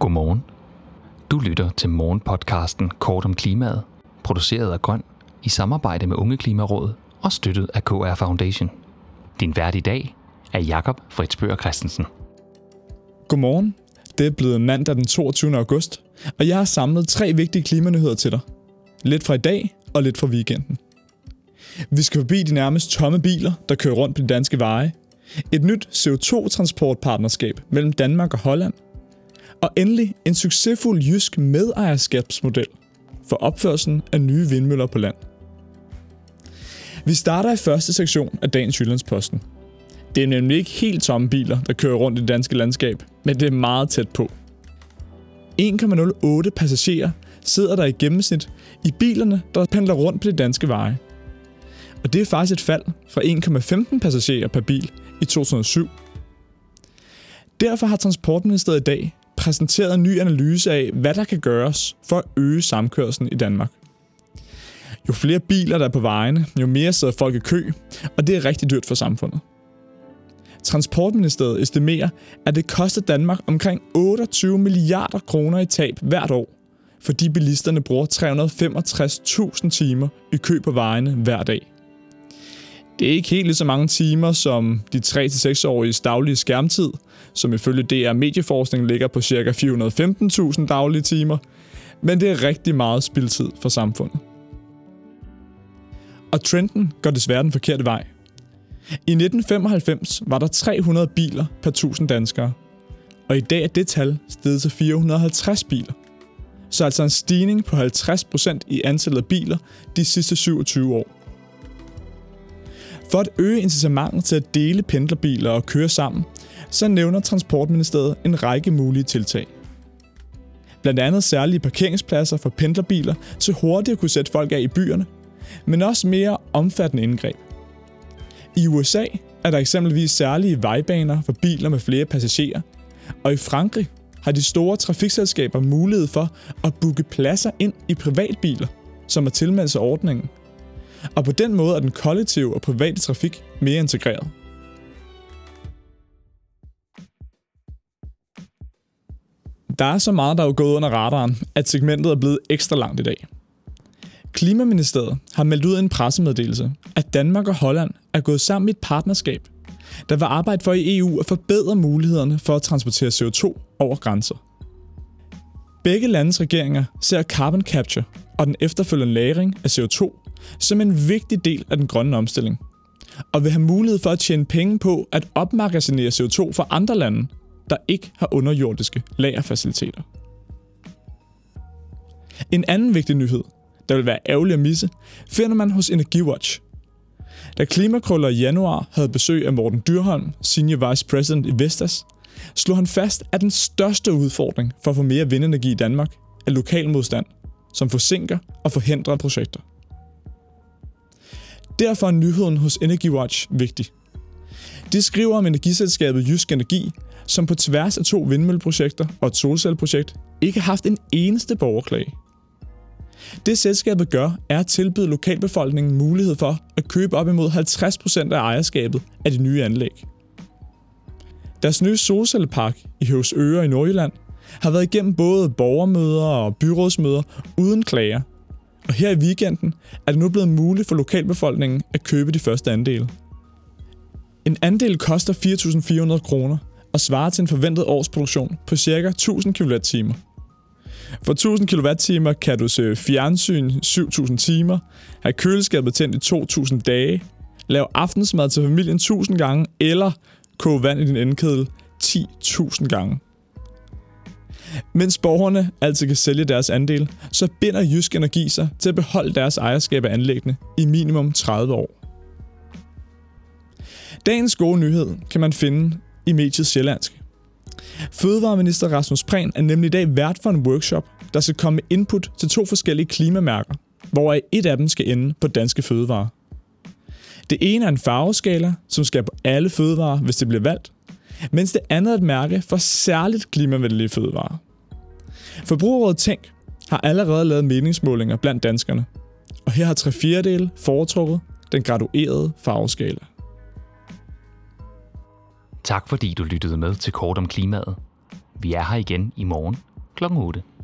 Godmorgen. Du lytter til morgenpodcasten Kort om klimaet, produceret af Grøn i samarbejde med Unge Klimarådet og støttet af KR Foundation. Din vært i dag er Jakob Fritsbøger Christensen. Godmorgen. Det er blevet mandag den 22. august, og jeg har samlet 3 vigtige klimanyheder til dig. Lidt fra i dag og lidt fra weekenden. Vi skal forbi de nærmest tomme biler, der kører rundt på de danske veje. Et nyt CO2-transportpartnerskab mellem Danmark og Holland. Og endelig en succesfuld jysk medejerskabsmodel for opførelsen af nye vindmøller på land. Vi starter i første sektion af dagens Jyllandsposten. Det er nemlig ikke helt tomme biler, der kører rundt i det danske landskab, men det er meget tæt på. 1,08 passagerer sidder der i gennemsnit i bilerne, der pendler rundt på de danske veje. Og det er faktisk et fald fra 1,15 passagerer per bil i 2007. Derfor har Transportministeriet i dag præsenteret en ny analyse af, hvad der kan gøres for at øge samkørslen i Danmark. Jo flere biler, der er på vejene, jo mere sidder folk i kø, og det er rigtig dyrt for samfundet. Transportministeriet estimerer, at det koster Danmark omkring 28 milliarder kroner i tab hvert år, fordi bilisterne bruger 365.000 timer i kø på vejene hver dag. Det er ikke helt lige så mange timer som de 3-6-åriges daglige skærmtid, som ifølge DR Medieforskning ligger på ca. 415.000 daglige timer, men det er rigtig meget spildtid for samfundet. Og trenden går desværre den forkerte vej. I 1995 var der 300 biler per 1000 danskere, og i dag er det tal steget til 450 biler. Så altså en stigning på 50% i antallet af biler de sidste 27 år. For at øge incitamentet til at dele pendlerbiler og køre sammen, så nævner Transportministeriet en række mulige tiltag. Blandt andet særlige parkeringspladser for pendlerbiler til hurtigt at kunne sætte folk af i byerne, men også mere omfattende indgreb. I USA er der eksempelvis særlige vejbaner for biler med flere passagerer, og i Frankrig har de store trafikselskaber mulighed for at booke pladser ind i privatbiler, som er tilmeldt sig ordningen. Og på den måde er den kollektive og private trafik mere integreret. Der er så meget, der er gået under radaren, at segmentet er blevet ekstra langt i dag. Klimaministeriet har meldt ud i en pressemeddelelse, at Danmark og Holland er gået sammen i et partnerskab, der vil arbejde for i EU at forbedre mulighederne for at transportere CO2 over grænser. Begge landes regeringer ser carbon capture og den efterfølgende lagring af CO2 som en vigtig del af den grønne omstilling, og vil have mulighed for at tjene penge på at opmagasinere CO2 for andre lande, der ikke har underjordiske lagerfaciliteter. En anden vigtig nyhed, der vil være ærgerlig at misse, finder man hos EnergiWatch. Da Klimakrøller i januar havde besøg af Morten Dyrholm, Senior Vice President i Vestas, slog han fast, at den største udfordring for at få mere vindenergi i Danmark er lokal modstand, som forsinker og forhindrer projekter. Derfor er nyheden hos EnergiWatch vigtig. De skriver om energiselskabet Jysk Energi, som på tværs af 2 vindmølleprojekter og et solcelleprojekt ikke har haft en eneste borgerklage. Det selskabet gør, er at tilbyde lokalbefolkningen mulighed for at købe op imod 50% af ejerskabet af de nye anlæg. Deres nye solcellepark i Høvsøre i Nordjylland har været igennem både borgermøder og byrådsmøder uden klager. Og her i weekenden er det nu blevet muligt for lokalbefolkningen at købe de første andele. En andel koster 4.400 kroner og svarer til en forventet årsproduktion på ca. 1000 kWh. For 1000 kWh kan du se fjernsyn 7.000 timer, have køleskabet tændt i 2.000 dage, lave aftensmad til familien 1000 gange eller koge vand i din elkedel 10.000 gange. Mens borgerne altid kan sælge deres andel, så binder Jysk Energi sig til at beholde deres ejerskab af anlæggene i minimum 30 år. Dagens gode nyhed kan man finde i mediet Sjællandske. Fødevareminister Rasmus Prehn er nemlig i dag vært for en workshop, der skal komme med input til 2 forskellige klimamærker, hvoraf et af dem skal ende på danske fødevarer. Det ene er en farveskala, som skal på alle fødevarer, hvis det bliver valgt, mens det andet er et mærke for særligt klimavenlige fødevarer. Forbrugerrådet Tænk har allerede lavet meningsmålinger blandt danskerne, og her har 3/4 foretrukket den graduerede farveskala. Tak fordi du lyttede med til Kort om klimaet. Vi er her igen i morgen. kl. 8.